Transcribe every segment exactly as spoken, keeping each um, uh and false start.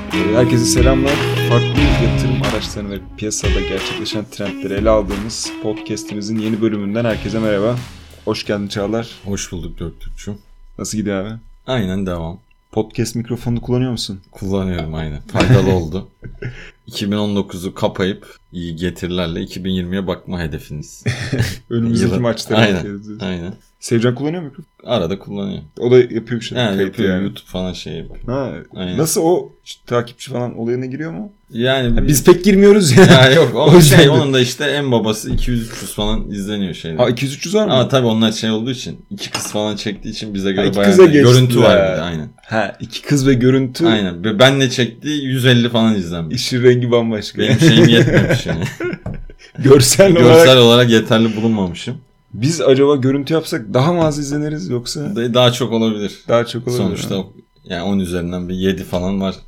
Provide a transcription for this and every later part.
Herkese selamlar. Farklı yatırım araçlarını ve piyasada gerçekleşen trendleri ele aldığımız podcast'imizin yeni bölümünden herkese merhaba. Hoş geldin Çağlar. Hoş bulduk Göktürk'cüğüm. Nasıl gidiyor abi? Aynen devam. Podcast mikrofonunu kullanıyor musun? Kullanıyorum aynen. Faydalı oldu. iki bin on dokuzu kapayıp iyi getirilerle iki bin yirmiye bakma hedefiniz. Önümüzdeki Yılı... maçlara aynen. bakıyoruz. Aynen. Sevcan kullanıyor mu mikrofon? Arada kullanıyor. O da yapıyor bir şey. Yani yapıyor yani. YouTube falan şey yapıyor. Ha, aynen. nasıl o işte, takipçi falan olayına giriyor mu? Yani ha, biz pek girmiyoruz ya. Ya yok onun, şey, onun da işte en babası iki yüz üç yüz falan izleniyor şeyler. Ha iki yüz üç yüz var mı? Ama tabii onlar şey olduğu için iki kız falan çektiği için bize göre ha, bayağı görüntü var bir de aynen. Ha iki kız ve görüntü. Aynen. Benle çektiği yüz elli falan izlenmiş. İşin rengi bambaşka. Benim şeyim yetmemiş yani. Görsel, Görsel olarak... olarak yeterli bulunmamışım. Biz acaba görüntü yapsak daha mı az izleniriz yoksa? Daha çok olabilir. Daha çok olabilir. Sonuçta ha. Yani on üzerinden bir yedi falan var.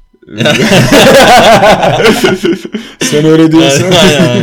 Sen öyle diyorsan.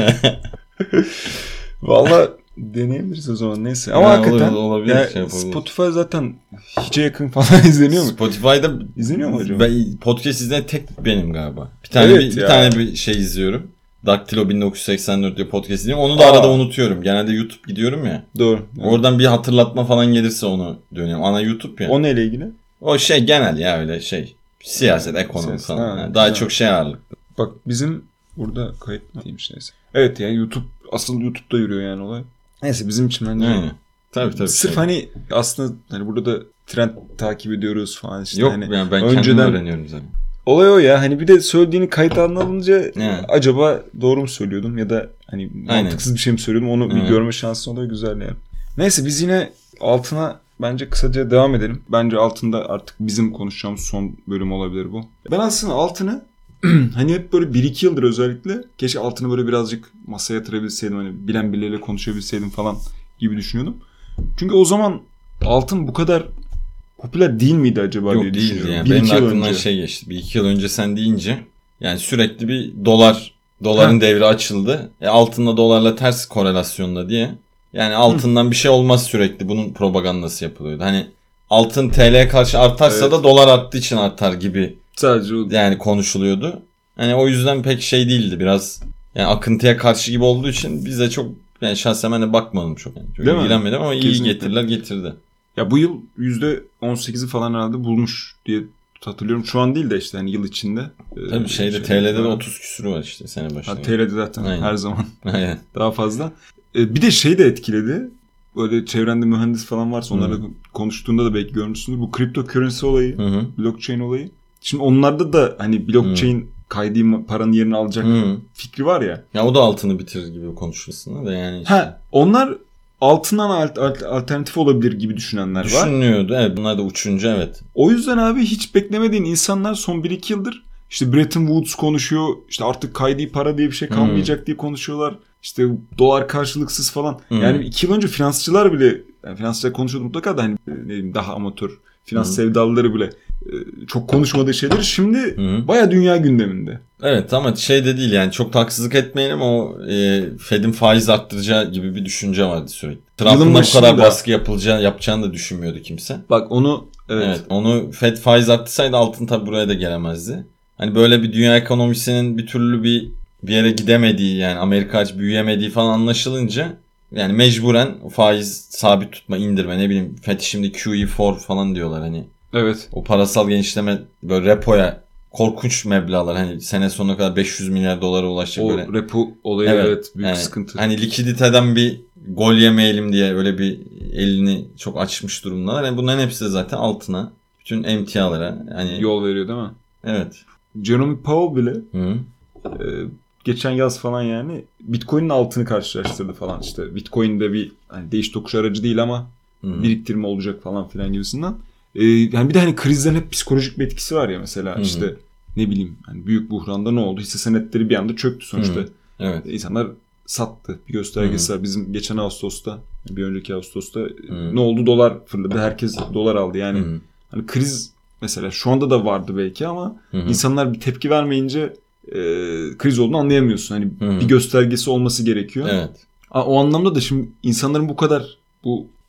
Valla deneyebiliriz o zaman neyse. Ama yani hakikaten olur, olabilir, yani şey Spotify zaten hiçe yakın falan izleniyor mu? Spotify'da izleniyor mu acaba? Ben, podcast izleyen tek benim galiba. Bir tane evet bir, bir tane bir şey izliyorum. Daktilo bin dokuz yüz seksen dört diye podcast izliyorum. Onu da Aa. arada unutuyorum. Genelde YouTube gidiyorum ya. Doğru. Oradan evet. Bir hatırlatma falan gelirse onu dönüyorum. Ana YouTube ya. O neyle ilgili? O şey genel ya öyle şey. Siyaset, ekonomi Siyaset, falan. Ha, yani daha ha. çok şey ağırlıklı. Bak bizim burada kayıt mı diyeyim neyse. Evet yani YouTube asıl YouTube'da yürüyor yani olay. Neyse bizim için bence. Yani. Tabii tabii. Sırf şey. Hani aslında hani burada da trend takip ediyoruz falan işte. Yok hani yani ben önceden... kendim öğreniyorum zaten. Olay o ya hani bir de söylediğini kayıt altına alınca yani. Acaba doğru mu söylüyordum ya da hani Aynen. mantıksız bir şey mi söylüyordum onu bir görme şansın oluyor güzel yani. Neyse biz yine altına bence kısaca devam edelim. Bence altında artık bizim konuşacağımız son bölüm olabilir bu. Ben aslında altını hani hep böyle bir iki yıldır özellikle keşke altını böyle birazcık masaya yatırabilseydim hani bilen birileriyle konuşabilseydim falan gibi düşünüyordum. Çünkü o zaman altın bu kadar popüler değil miydi acaba Yok, diye değildi düşünüyorum. Yani. Bir Benim iki yıl aklımdan önce. şey geçti. Bir iki yıl önce sen deyince yani sürekli bir dolar doların ha. devri açıldı. E, altınla dolarla ters korelasyonda diye. Yani altından Hı. bir şey olmaz sürekli. Bunun propagandası yapılıyordu. Hani altın T L'ye karşı artarsa evet. da dolar arttığı için artar gibi. Sadece o... yani konuşuluyordu. Hani o yüzden pek şey değildi. Biraz yani akıntıya karşı gibi olduğu için biz de çok yani şahsen ben de bakmadım çok. Yani. Çok ilgilenmedim ama Kesinlikle. iyi getiriler getirdi. Ya bu yıl yüzde on sekizi falan herhalde bulmuş diye hatırlıyorum. Şu an değil de işte hani yıl içinde. Tabii şeyde şey, T L'de de otuz küsürü var işte sene başında. Ha, T L'de zaten Aynen. her zaman Aynen. daha fazla. Ee, bir de şey de etkiledi. Böyle çevrende mühendis falan varsa onlarla Hı-hı. konuştuğunda da belki görmüşsündür. Bu cryptocurrency olayı, Hı-hı. blockchain olayı. Şimdi onlarda da hani blockchain Hı-hı. kaydı paranın yerini alacak Hı-hı. fikri var ya. Ya o da altını bitirir gibi konuşuyorsun da yani. Işte. Ha, onlar altından alt, alt, alternatif olabilir gibi düşünenler var. Düşünüyordu evet. Bunlar da uçunca evet. O yüzden abi hiç beklemediğin insanlar son bir iki yıldır işte Bretton Woods konuşuyor. İşte artık kaydi para diye bir şey kalmayacak hmm. diye konuşuyorlar. İşte dolar karşılıksız falan. Hmm. Yani iki yıl önce finansçılar bile yani finansçılar konuşuyordu mutlaka da hani ne bileyim daha amatör finans hmm. sevdalıları bile çok konuşmadığı şeyler şimdi hmm. baya dünya gündeminde. Evet ama şey de değil yani çok da haksızlık etmeyelim o e, Fed'in faiz arttıracağı gibi bir düşünce vardı sürekli. Trump'ın bu kadar baskı yapılacağı yapacağını da düşünmüyordu kimse. Bak onu evet. evet onu Fed faiz arttırsaydı altın tabi buraya da gelemezdi. Hani böyle bir dünya ekonomisinin bir türlü bir bir yere gidemediği yani Amerika hiç büyüyemediği falan anlaşılınca yani mecburen faiz sabit tutma indirme ne bileyim Fed şimdi Q E dört falan diyorlar hani. Evet. O parasal genişleme böyle repoya korkunç meblağlar hani sene sonuna kadar beş yüz milyar dolara ulaşacak o böyle. O repo olayı evet, evet büyük yani, sıkıntı. Hani likiditeden bir gol yemeyelim diye öyle bir elini çok açmış durumdalar. Yani bunların hepsi de zaten altına bütün emtialara hani yol veriyor değil mi? Evet. Jerome Powell bile Hı. E, geçen yaz falan yani Bitcoin'in altını karşılaştırdı falan işte. Bitcoin'de bir hani değiş tokuş aracı değil ama Hı. biriktirme olacak falan filan gibisinden. Ee, yani bir de hani krizlerin hep psikolojik bir etkisi var ya mesela Hı-hı. işte ne bileyim hani büyük buhranda ne oldu? Hisse senetleri bir anda çöktü sonuçta. Hı-hı. Evet. İnsanlar sattı. Bir göstergesi Hı-hı. var. Bizim geçen Ağustos'ta, bir önceki Ağustos'ta Hı-hı. ne oldu? Dolar fırladı. Herkes dolar aldı. Yani Hı-hı. hani kriz mesela şu anda da vardı belki ama Hı-hı. insanlar bir tepki vermeyince e, kriz olduğunu anlayamıyorsun. Hani Hı-hı. bir göstergesi olması gerekiyor. Evet. O anlamda da şimdi insanların bu kadar bu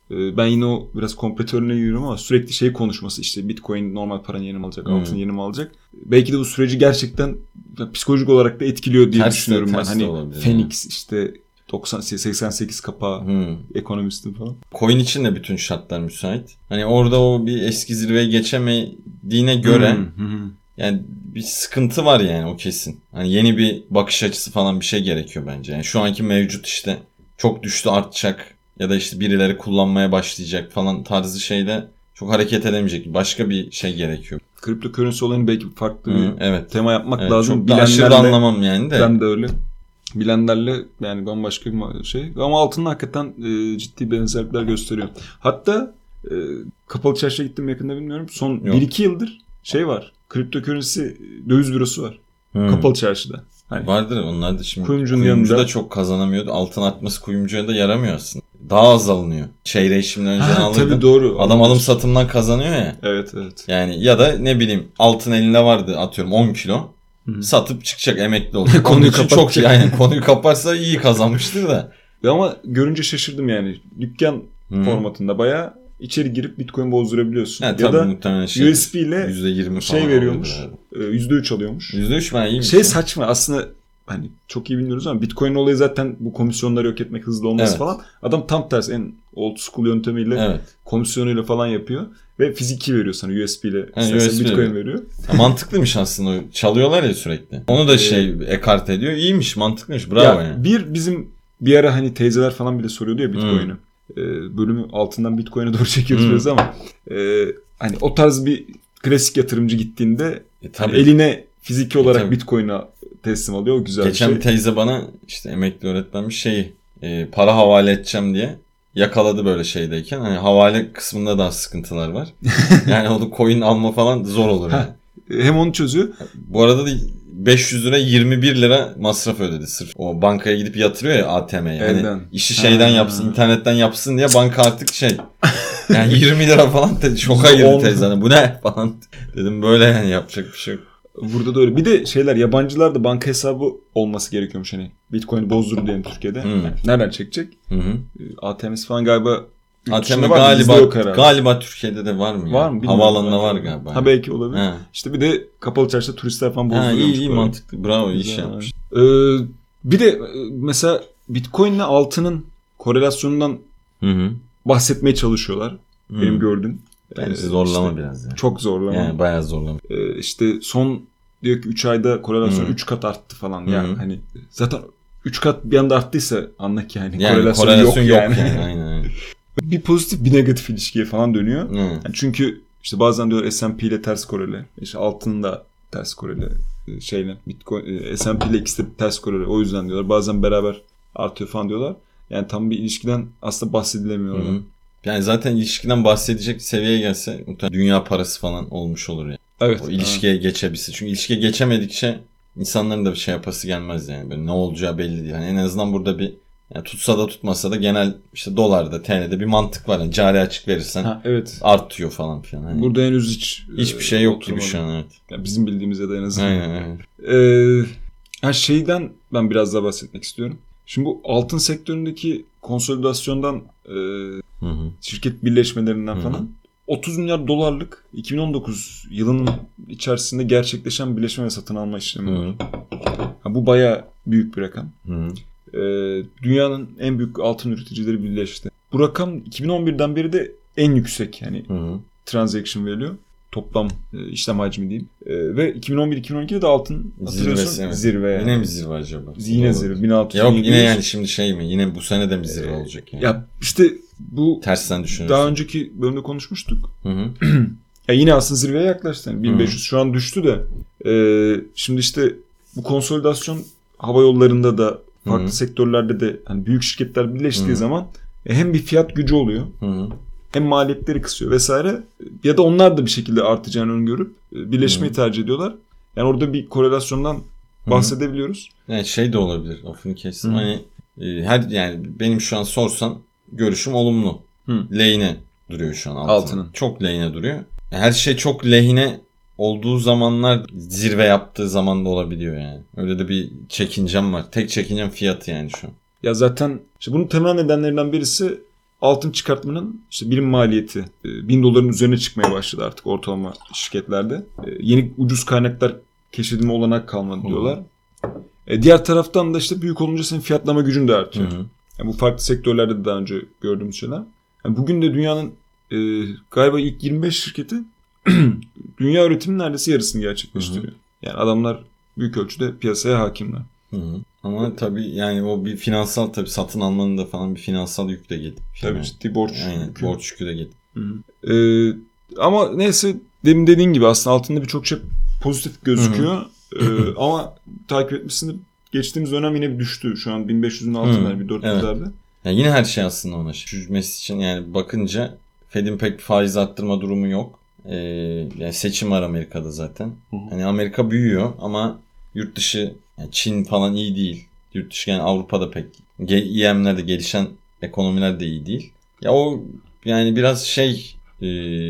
e, ben yine o biraz komplo teorilerine giriyorum ama sürekli şey konuşması işte Bitcoin normal paranın yerini mi alacak, hmm. altın yerini mi alacak. Belki de bu süreci gerçekten psikolojik olarak da etkiliyor diye ters düşünüyorum de, ben. Hani Phoenix yani. işte doksan seksen sekiz kapağı hmm. ekonomistim falan. Coin için de bütün şartlar müsait. Hani orada o bir eski zirveye geçemediğine göre hmm. Hmm. yani bir sıkıntı var yani o kesin. Hani yeni bir bakış açısı falan bir şey gerekiyor bence. Yani şu anki mevcut işte çok düştü artacak ya da işte birileri kullanmaya başlayacak falan tarzı şeyde çok hareket edemeyecek. Başka bir şey gerekiyor. Kripto currency olayını belki farklı bir evet. tema yapmak evet, lazım. Çok da aşırı anlamam yani de. Ben de öyle. Bilenlerle yani bambaşka bir şey. Ama altında hakikaten e, ciddi benzerlikler gösteriyor. Hatta e, kapalı çarşıya gittim yakında bilmiyorum. Son bir iki yıldır şey var. Kripto currency döviz bürosu var. Hmm. Kapalı çarşıda. Hani, vardır onlar da şimdi. Kuyumcunun kuyumcu yanında da çok kazanamıyordu. Altın artması kuyumcuya da yaramıyor aslında. Daha az alınıyor. Çeyreği şimdi önceden alırdı. Tabii doğru. Adam alım satımdan kazanıyor ya. Evet evet. Yani ya da ne bileyim altın elinde vardı atıyorum on kilo. Hı-hı. Satıp çıkacak emekli olacak. Konuyu kapatacak. Çok yani konuyu kaparsa iyi kazanmıştır da. Ama görünce şaşırdım yani. Dükkan Hı-hı. formatında bayağı içeri girip Bitcoin bozdurabiliyorsun. Yani ya da şey, U S B ile yüzde yirmi şey veriyormuş. yüzde üç alıyormuş. yüzde üç ben iyiymiş. Şey saçma aslında hani çok iyi bilmiyoruz ama Bitcoin olayı zaten bu komisyonları yok etmek, hızlı olması evet. falan. Adam tam tersi en old school yöntemiyle evet. komisyonuyla falan yapıyor. Ve fiziki veriyor sana U S B ile. Yani U S B Bitcoin veriyor. Ya, mantıklıymış aslında. Çalıyorlar ya sürekli. Onu da şey ekart ediyor. İyiymiş, mantıklıymış. Bravo ya, yani. Bir bizim bir ara hani teyzeler falan bile soruyordu ya Bitcoin'i. Hmm. Ee, bölümü altından Bitcoin'e doğru çekiyoruz hmm. ama e, hani o tarz bir klasik yatırımcı gittiğinde e, hani eline fiziki olarak e, Bitcoin'a teslim alıyor. O güzel Geçen bir şey. bir teyze bana işte emekli öğretmen bir şeyi e, para havale edeceğim diye yakaladı böyle şeydeyken. Hani havale kısmında da sıkıntılar var. Yani onu coin alma falan zor olur yani. Hem onu çözüyor. Bu arada da beş yüz lira yirmi bir lira masraf ödedi sırf. O bankaya gidip yatırıyor ya A T M'ye. Yani işi şeyden ha. yapsın, internetten yapsın diye banka artık şey. Yani yirmi lira falan te- şoka girdi teyze. Hani bu ne falan. Dedim böyle yani yapacak bir şey yok. Burada da öyle. Bir de şeyler yabancılar da banka hesabı olması gerekiyormuş hani. Bitcoin'i bozdur diyelim Türkiye'de. Hmm. Nereden çekecek? Hı hı. A T M'si falan galiba A T M galiba galiba Türkiye'de de var mı ya? Var mı? Havaalanında var galiba. Ha belki olabilir. He. İşte bir de kapalı çarşıda turistler falan bozduruyormuş. İyi iyi mantıklı. Bravo iyi iş yapmış. Ee, bir de mesela Bitcoin'le altının korelasyonundan hı hı. bahsetmeye çalışıyorlar. Hı. Benim gördüğüm. Yani zorlama işte, biraz yani. Çok zorlama. Yani bayağı zorlama. Ee, işte son diyor ki üç ayda korelasyon üç kat arttı falan. Hı. Yani hani zaten üç kat bir anda arttıysa anla ki yani, yani korelasyon, korelasyon yok, yok yani. yani. Aynen. Bir pozitif bir negatif ilişkiye falan dönüyor. Hmm. Yani çünkü işte bazen diyor S and P ile ters korele. İşte altın da ters korele. Şeyle Bitcoin S and P ile ikisi de ters korele. O yüzden diyorlar. Bazen beraber artıyor falan diyorlar. Yani tam bir ilişkiden aslında bahsedilemiyor orada. Hmm. Yani zaten ilişkiden bahsedecek seviyeye gelse dünya parası falan olmuş olur yani. Evet. O ilişkiye evet. geçebilse. Çünkü ilişkiye geçemedikçe insanların da bir şey yapası gelmez yani. Böyle ne olacağı belli değil. Yani en azından burada bir yani tutsa da tutmasa da genel işte dolarda, T L'de bir mantık var. Yani cari açık verirsen ha, evet. artıyor falan filan. Hani burada henüz hiç hiçbir şey yok gibi şu an evet. Yani bizim bildiğimiz ya da en azından. Aynen evet. Ee, yani şeyden ben biraz daha bahsetmek istiyorum. Şimdi bu altın sektöründeki konsolidasyondan e, hı hı. şirket birleşmelerinden hı hı. falan otuz milyar dolarlık iki bin on dokuz yılının içerisinde gerçekleşen birleşme ve satın alma işlemi var. Ha, bu bayağı büyük bir rakam. Hı hı. Ee, dünyanın en büyük altın üreticileri birleşti. Bu rakam iki bin on birden beri de en yüksek yani hı hı. transaction value, toplam e, işlem hacmi diyeyim. E, ve iki bin on bir iki bin on ikide de altın hatırlıyorsun evet. zirve yani. Yine mi zirve acaba? Yine zirve bin altı yüz. Yok yine yani şimdi şey mi? Yine bu sene de mi zirve ee, olacak yani? Ya işte bu tersten düşünüyorsun. Daha önceki bölümde konuşmuştuk. Hı hı. Ya yine aslında zirveye yaklaştı. Yani bin beş yüz hı hı. şu an düştü de. E, şimdi işte bu konsolidasyon hava yollarında da farklı Hı-hı. sektörlerde de hani büyük şirketler birleştiği Hı-hı. zaman hem bir fiyat gücü oluyor. Hı-hı. Hem maliyetleri kısıyor vesaire. Ya da onlar da bir şekilde artacağını öngörüp birleşmeyi Hı-hı. tercih ediyorlar. Yani orada bir korelasyondan Hı-hı. bahsedebiliyoruz. Yani şey de olabilir. Lafını kestim. Hani e, her yani benim şu an sorsan görüşüm olumlu. Hı. Lehine duruyor şu an altın. Altının. Çok lehine duruyor. Her şey çok lehine olduğu zamanlar zirve yaptığı zaman da olabiliyor yani. Öyle de bir çekincem var. Tek çekincem fiyatı yani şu an. Ya zaten işte bunun temel nedenlerinden birisi altın çıkartmanın işte birim maliyeti bin doların üzerine çıkmaya başladı artık ortalama şirketlerde. E, yeni ucuz kaynaklar keşfedilme olanak kalmadı diyorlar. E, diğer taraftan da işte büyük olunca senin fiyatlama gücün de artıyor. Hı hı. Yani bu farklı sektörlerde de daha önce gördüğümüz şeyler. Yani bugün de dünyanın e, galiba ilk yirmi beş şirketi dünya üretiminin neredeyse yarısını gerçekleştiriyor. Hı hı. Yani adamlar büyük ölçüde piyasaya hakimler. Hı hı. Ama tabii yani o bir finansal tabii satın almanın da falan bir finansal yük de geliyor. Tabii yani, ciddi borç aynen, yükü. Borç yükü de geliyor. Ee, ama neyse demin dediğin gibi aslında altında birçok şey pozitif gözüküyor. Ee, ama takip etmişsindir. Geçtiğimiz dönem yine bir düştü. Şu an bin beş yüzün altında bir dört yüzlerde. Evet. Yani yine her şey aslında ona. Düşmesi için yani bakınca Fed'in pek bir faiz arttırma durumu yok. Ee, yani seçim var Amerika'da zaten. Hı hı. Hani Amerika büyüyor ama yurt dışı yani Çin falan iyi değil. Yurt dışı yani Avrupa'da pek E M'lerde gelişen ekonomiler de iyi değil. Ya o yani biraz şey e,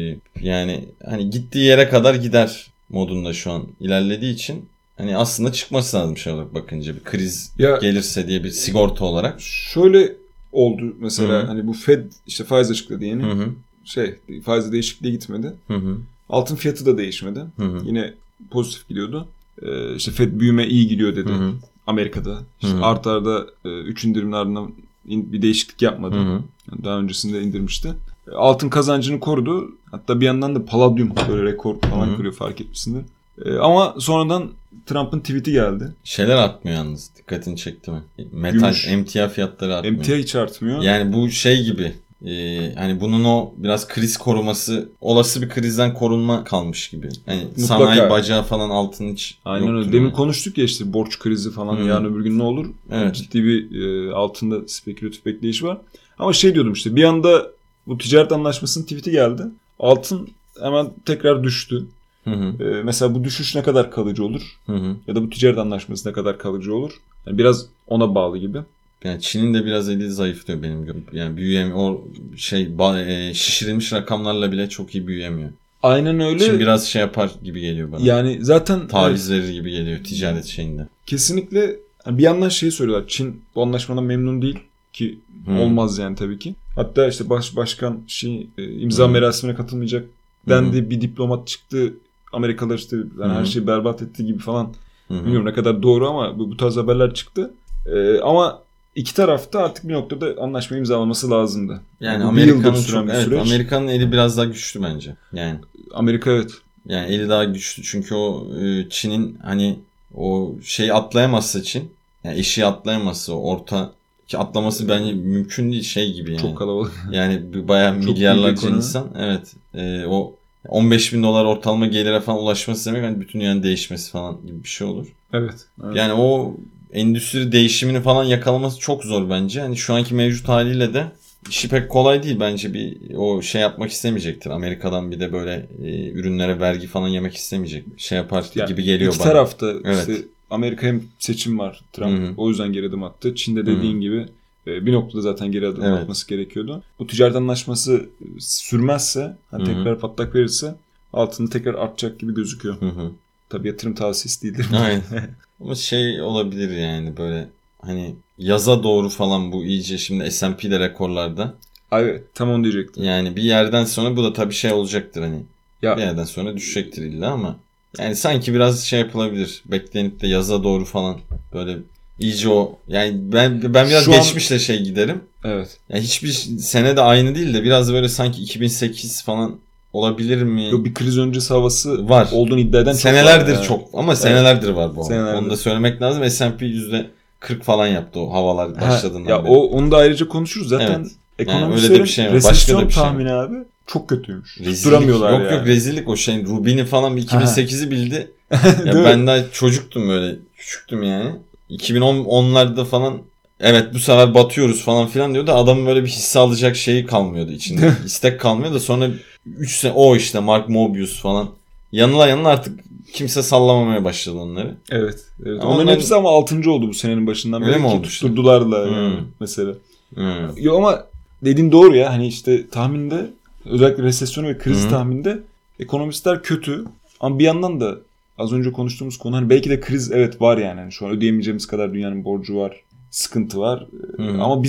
yani hani gittiği yere kadar gider modunda şu an ilerlediği için hani aslında çıkması lazım şey olarak bakınca bir kriz ya, gelirse diye bir sigorta olarak. Şöyle oldu mesela. Hı-hı. Hani bu Fed işte faiz açıkladı yeni. Hı-hı. Şey faizde değişikliğe gitmedi. Hı-hı. Altın fiyatı da değişmedi. Hı-hı. Yine pozitif gidiyordu. Ee, işte Fed büyüme iyi gidiyor dedi. Hı-hı. Amerika'da. İşte art arda üç indirimin ardından bir değişiklik yapmadı. Yani daha öncesinde indirmişti. Altın kazancını korudu. Hatta bir yandan da paladyum böyle rekor falan Hı-hı. kırıyor fark etmişsindir. Ee, ama sonradan Trump'ın tweet'i geldi. Şeyler artmıyor yalnız. Dikkatini çekti mi? Metal, Gümüş. emtia fiyatları artmıyor. Emtia hiç artmıyor. Yani bu şey gibi. Ee, hani bunun o biraz kriz koruması, olası bir krizden korunma kalmış gibi. Hani Mutlaka. Sanayi bacağı falan altın hiç Aynen öyle. Demin yani. Konuştuk ya işte borç krizi falan hmm. yarın öbür gün ne olur? Evet. Yani ciddi bir e, altında spekülatif bekleyiş var. Ama şey diyordum işte bir anda bu ticaret anlaşmasının tweet'i geldi. Altın hemen tekrar düştü. Hı hı. Ee, mesela bu düşüş ne kadar kalıcı olur? Hı hı. Ya da bu ticaret anlaşması ne kadar kalıcı olur? Yani biraz ona bağlı gibi. Yani Çin'in de biraz eli zayıflıyor benim gibi. Yani büyüyemiyor. O şey e, şişirilmiş rakamlarla bile çok iyi büyüyemiyor. Aynen öyle. Çin biraz şey yapar gibi geliyor bana. Yani zaten taviz evet. verir gibi geliyor ticaret şeyinde. Kesinlikle bir yandan şeyi söylüyorlar. Çin bu anlaşmadan memnun değil ki hmm. olmaz yani tabii ki. Hatta işte baş başkan şey imza hmm. merasimine katılmayacak dendi. Hmm. Bir diplomat çıktı. Amerikalılar işte yani her şeyi berbat etti gibi falan. Hmm. Bilmiyorum ne kadar doğru ama bu, bu tarz haberler çıktı. Ee, ama İki tarafta artık bir noktada anlaşma imzalaması lazımdı. Yani Amerika'nın çok, evet, Amerika'nın eli biraz daha güçlü bence. Yani Amerika evet. Yani eli daha güçlü çünkü o Çin'in hani o şeyi atlayamazsa Çin, yani eşiği atlayamazsa orta ki atlaması bence mümkün değil şey gibi yani. Çok kalabalık. Yani bayağı milyarlarca insan. Evet. E, o on beş bin dolar ortalama gelire falan ulaşması demek hani bütün dünyanın değişmesi falan gibi bir şey olur. Evet. evet. Yani o endüstri değişimini falan yakalaması çok zor bence. Hani şu anki mevcut haliyle de işi pek kolay değil bence. Bir o şey yapmak istemeyecektir. Amerika'dan bir de böyle e, ürünlere vergi falan yemek istemeyecek. Şey yapar yani gibi geliyor iki bana. İki tarafta evet. işte Amerika hem seçim var. Trump Hı-hı. o yüzden geri adım attı. Çin'de dediğin Hı-hı. gibi e, bir noktada zaten geri adım evet. atması gerekiyordu. Bu ticaret anlaşması sürmezse, hani tekrar patlak verirse altını tekrar artacak gibi gözüküyor. Hı-hı. Tabii yatırım tavsiyesi değildir. Aynen. Ama şey olabilir yani böyle hani yaza doğru falan bu iyice şimdi S and P'de rekorlarda. Evet tam onu diyecektim. Yani bir yerden sonra bu da tabii şey olacaktır hani. Ya. Bir yerden sonra düşecektir illa ama. Yani sanki biraz şey yapılabilir. Beklenip de yaza doğru falan böyle iyice o. Yani ben ben biraz Şu geçmişle an... şey giderim. Evet. Yani hiçbir sene de aynı değil de biraz böyle sanki iki bin sekiz falan olabilir mi? Yok bir kriz öncesi havası var. Olduğunu iddia eden senelerdir çok var. çok ama evet. senelerdir var bu. Senelerdir. Onu da söylemek lazım. S and P yüzde kırk falan yaptı o havalar başladığından ya beri. O onu da ayrıca konuşuruz zaten. Evet. Ekonomistlerin yani öyle de bir şey var. Başka da bir şey tahmini abi çok kötüymüş. Duramıyorlar yok yani. Yok rezillik o şeyin. Rubini falan iki bin sekizi bildi. Ya ben daha çocuktum böyle. Küçüktüm yani. iki bin onlarda falan evet bu sefer batıyoruz falan filan diyordu. Adamın böyle bir hisse alacak şeyi kalmıyordu içinde. İstek kalmıyor da sonra üç sene o işte Mark Mobius falan. Yanıla yanıla artık kimse sallamamaya başladı onları. Evet. evet. Onların ben... hepsi ama altıncı oldu bu senenin başından beri. Öyle mi oldu işte? Tutturdular da hmm. yani mesela. Hmm. Yok ama dediğin doğru ya. Hani işte tahminde özellikle resesyonu ve kriz hmm. tahminde ekonomistler kötü. Ama bir yandan da az önce konuştuğumuz konu hani belki de kriz evet var yani. yani şu an ödeyemeyeceğimiz kadar dünyanın borcu var. Sıkıntı var. Hmm. Ama biz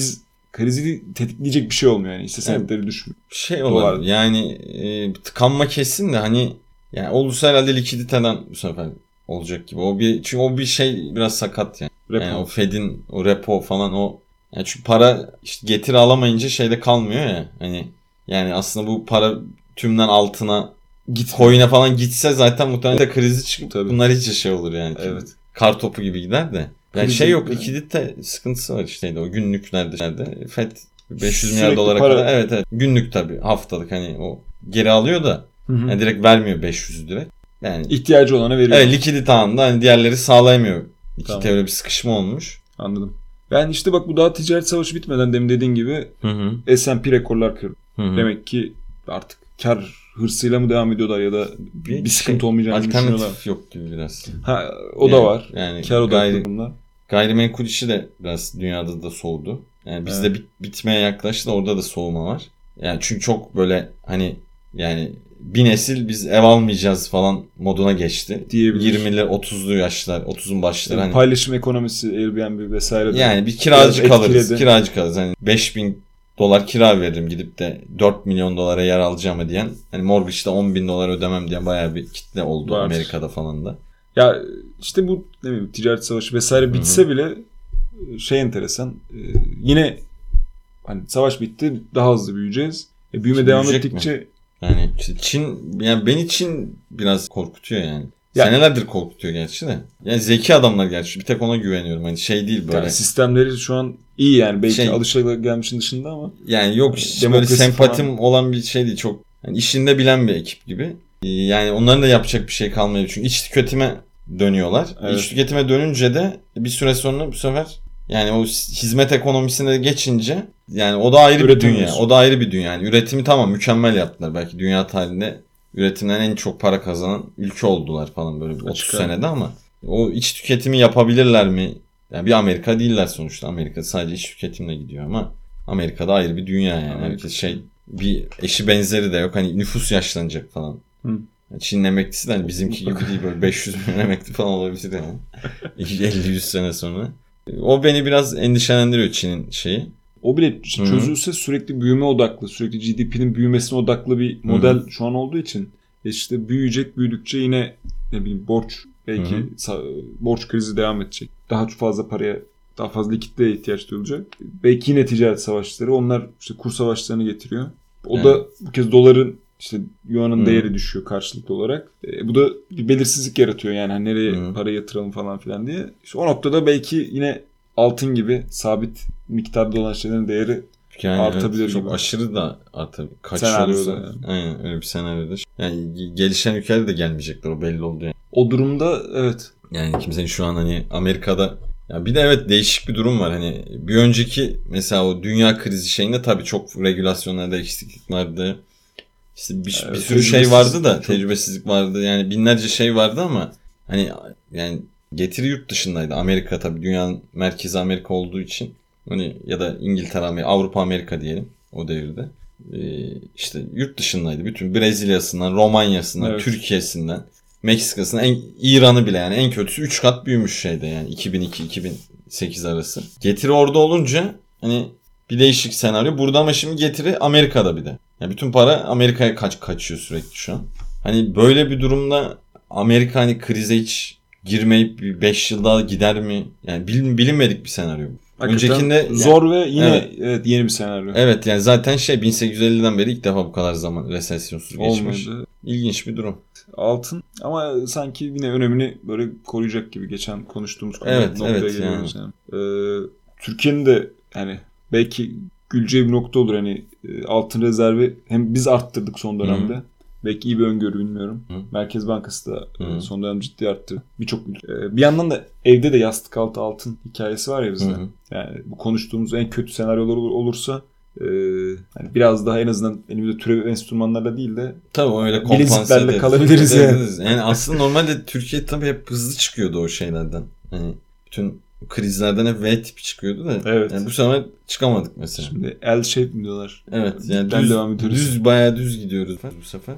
krizi tetikleyecek bir şey olmuyor yani. Hisse senetleri düşmüyor. Şey olabilir. Yani e, tıkanma kesin de hani yani olursa herhalde likiditeden bu sefer olacak gibi. O bir çünkü o bir şey biraz sakat yani. Repo. Yani o Fed'in o repo falan o yani çünkü para işte getiri alamayınca şeyde kalmıyor ya. Hani yani aslında bu para tümden altına git coin'e falan gitse zaten muhtemelen de krizi çıkıp tabii. Bunlar hiç şey olur yani. Evet. Kar topu gibi gider de. Yani krizi şey yok yani. Likidite sıkıntısı var işte o günlüklerde. Fed beş yüz milyar dolara para... kadar. Evet evet. Günlük tabii haftalık hani o geri alıyor da hı hı. Yani direkt vermiyor beş yüzü direkt. Yani ihtiyacı olana veriyor. Evet likidite anında hani diğerleri sağlayamıyor. Tamam. İki öyle bir sıkışma olmuş. Anladım. Yani işte bak bu daha ticaret savaşı bitmeden demin dediğin gibi hı hı. S and P rekorlar kırdı. Hı hı. Demek ki artık kar hırsıyla mı devam ediyorlar ya da bir, bir sıkıntı şey, olmayacağını düşünüyorlar. Alternatif yok gibi biraz. Ha o yani, da var. Yani kar gayri, bunlar. Gayrimenkul işi de biraz dünyada da soğudu. Yani bizde evet. bit, bitmeye yaklaştı da orada da soğuma var. Yani çünkü çok böyle hani yani bir nesil biz ev almayacağız falan moduna geçti. yirmili otuzlu yaşlar, otuzun başları. Yani hani paylaşım ekonomisi, Airbnb vesaire. Yani bir kiracı kalırız. Etkiledi. Kiracı kalırız. Hani beş bin dolar kira veririm gidip de dört milyon dolara yer alacağım diyen. Hani mortgage'da on bin dolar ödemem diyen bayağı bir kitle oldu var. Amerika'da falan da. Ya işte bu ne bileyim ticaret savaşı vesaire bitse Hı-hı. bile şey enteresan. Yine hani savaş bitti, daha hızlı büyüyeceğiz. E, büyüme Şimdi devam ettikçe mi? Yani işte Çin, yani beni Çin biraz korkutuyor yani. Ya, senelerdir korkutuyor gerçi de. Yani zeki adamlar gerçi. Bir tek ona güveniyorum. Hani şey değil böyle. Yani sistemleri şu an iyi yani. Belki şey, alışagelmişin dışında ama. Yani yok yani böyle sempatim falan olan bir şey değil. Çok yani işinde bilen bir ekip gibi. Yani onların da yapacak bir şey kalmıyor. Çünkü iç tüketime dönüyorlar. Evet. İç tüketime dönünce de bir süre sonra bu sefer yani o hizmet ekonomisine geçince yani o da ayrı bir dünya. O da ayrı bir dünya. Yani üretimi tamam mükemmel yaptılar. Belki dünya tarihinde üretimden en çok para kazanan ülke oldular falan böyle otuz Açık senede ama o iç tüketimi yapabilirler mi? Yani bir Amerika değiller sonuçta. Amerika sadece iç tüketimle gidiyor ama Amerika'da ayrı bir dünya yani. Amerika. Herkes şey bir eşi benzeri de yok. Hani nüfus yaşlanacak falan. Hı. Çin'in emeklisi de hani bizimki gibi değil böyle beş yüz milyon emekli falan olabilir yani. elli yüz sene sonra. O beni biraz endişelendiriyor Çin'in şeyi. O bile çözülse Hı-hı. sürekli büyüme odaklı, sürekli G D P'nin büyümesine odaklı bir model Hı-hı. şu an olduğu için işte büyüyecek, büyüdükçe yine ne bileyim borç belki sa- borç krizi devam edecek. Daha fazla paraya, daha fazla likiditeye ihtiyaç duyulacak. Belki yine ticaret savaşları, onlar işte kur savaşlarını getiriyor. O evet. da bu kez doların işte yuanın Hı-hı. değeri düşüyor karşılıklı olarak. E, bu da bir belirsizlik yaratıyor yani hani nereye Hı-hı. para yatıralım falan filan diye. İşte o noktada belki yine altın gibi sabit miktarda olan şeylerin değeri yani artabilir evet, çok gibi. Aşırı da artabilir. Kaçış olursa. Yani. Aynen öyle bir senaryoda. Yani gelişen ülkelerde de gelmeyecekler o belli oldu yani. O durumda evet. Yani kimsenin şu an hani Amerika'da ya bir de evet değişik bir durum var. Hani bir önceki mesela o dünya krizi şeyinde tabii çok regülasyonlarda eksiklik vardı. İşte bir, evet, bir sürü şey vardı da çok... tecrübesizlik vardı. Yani binlerce şey vardı ama hani yani getiri yurt dışındaydı. Amerika tabii dünyanın merkezi Amerika olduğu için hani ya da İngiltere, Avrupa, Amerika diyelim o devirde. Ee, işte yurt dışındaydı. Bütün Brezilya'sından, Romanya'sından, evet. Türkiye'sinden, Meksika'sından, en, İran'ı bile yani en kötüsü üç kat büyümüş şeyde yani iki bin iki iki bin sekiz arası. Getiri orada olunca hani bir değişik senaryo. Burada ama şimdi getiri Amerika'da bir de. Yani bütün para Amerika'ya kaç kaçıyor sürekli şu an. Hani böyle bir durumda Amerika hani krize hiç girmeyip beş yıl daha gider mi? Yani bilin, bilinmedik bir senaryo bu. Hakikaten öncekinde zor yani, ve yine evet, evet yeni bir senaryo. Evet yani zaten şey bin sekiz yüz elliden beri ilk defa bu kadar zaman resesyonsuz geçmiş. Olmadı. İlginç bir durum. Altın ama sanki yine önemini böyle koruyacak gibi geçen konuştuğumuz konu evet, noktaya evet, geliyoruz yani. yani. Ee, Türkiye'nin de yani belki güleceği bir nokta olur hani altın rezervi hem biz arttırdık son dönemde. Hı. Belki iyi bir öngörü bilmiyorum. Hı. Merkez Bankası da Hı. son dönem ciddi arttı. Birçok ülke. Bir yandan da evde de yastık altı altın hikayesi var ya bizde. Hı. Yani bu konuştuğumuz en kötü senaryolar olursa e, yani biraz daha en azından elimizde türev enstrümanlarla değil de tabii öyle bileziklerle kalabiliriz yani. Yani aslında normalde Türkiye tabii hep hızlı çıkıyordu o şeylerden. Hani bütün krizlerden hep V tipi çıkıyordu da. Evet. Yani bu sefer çıkamadık mesela. Şimdi L shape mi diyorlar? Evet. Yani düz, devam ediyoruz. Düz bayağı düz gidiyoruz bu sefer.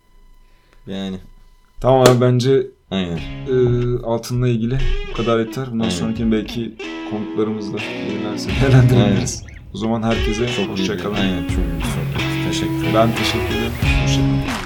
Yani. Tamam abi bence Aynen. E, altınla ilgili bu kadar yeter. Bundan Aynen. sonrakini belki konuklarımızla değerlendirebiliriz. O zaman herkese çok hoşçakalın. Aynen, çok iyi bir sohbet. Teşekkür ederim. Ben teşekkür ederim. Hoşçakalın.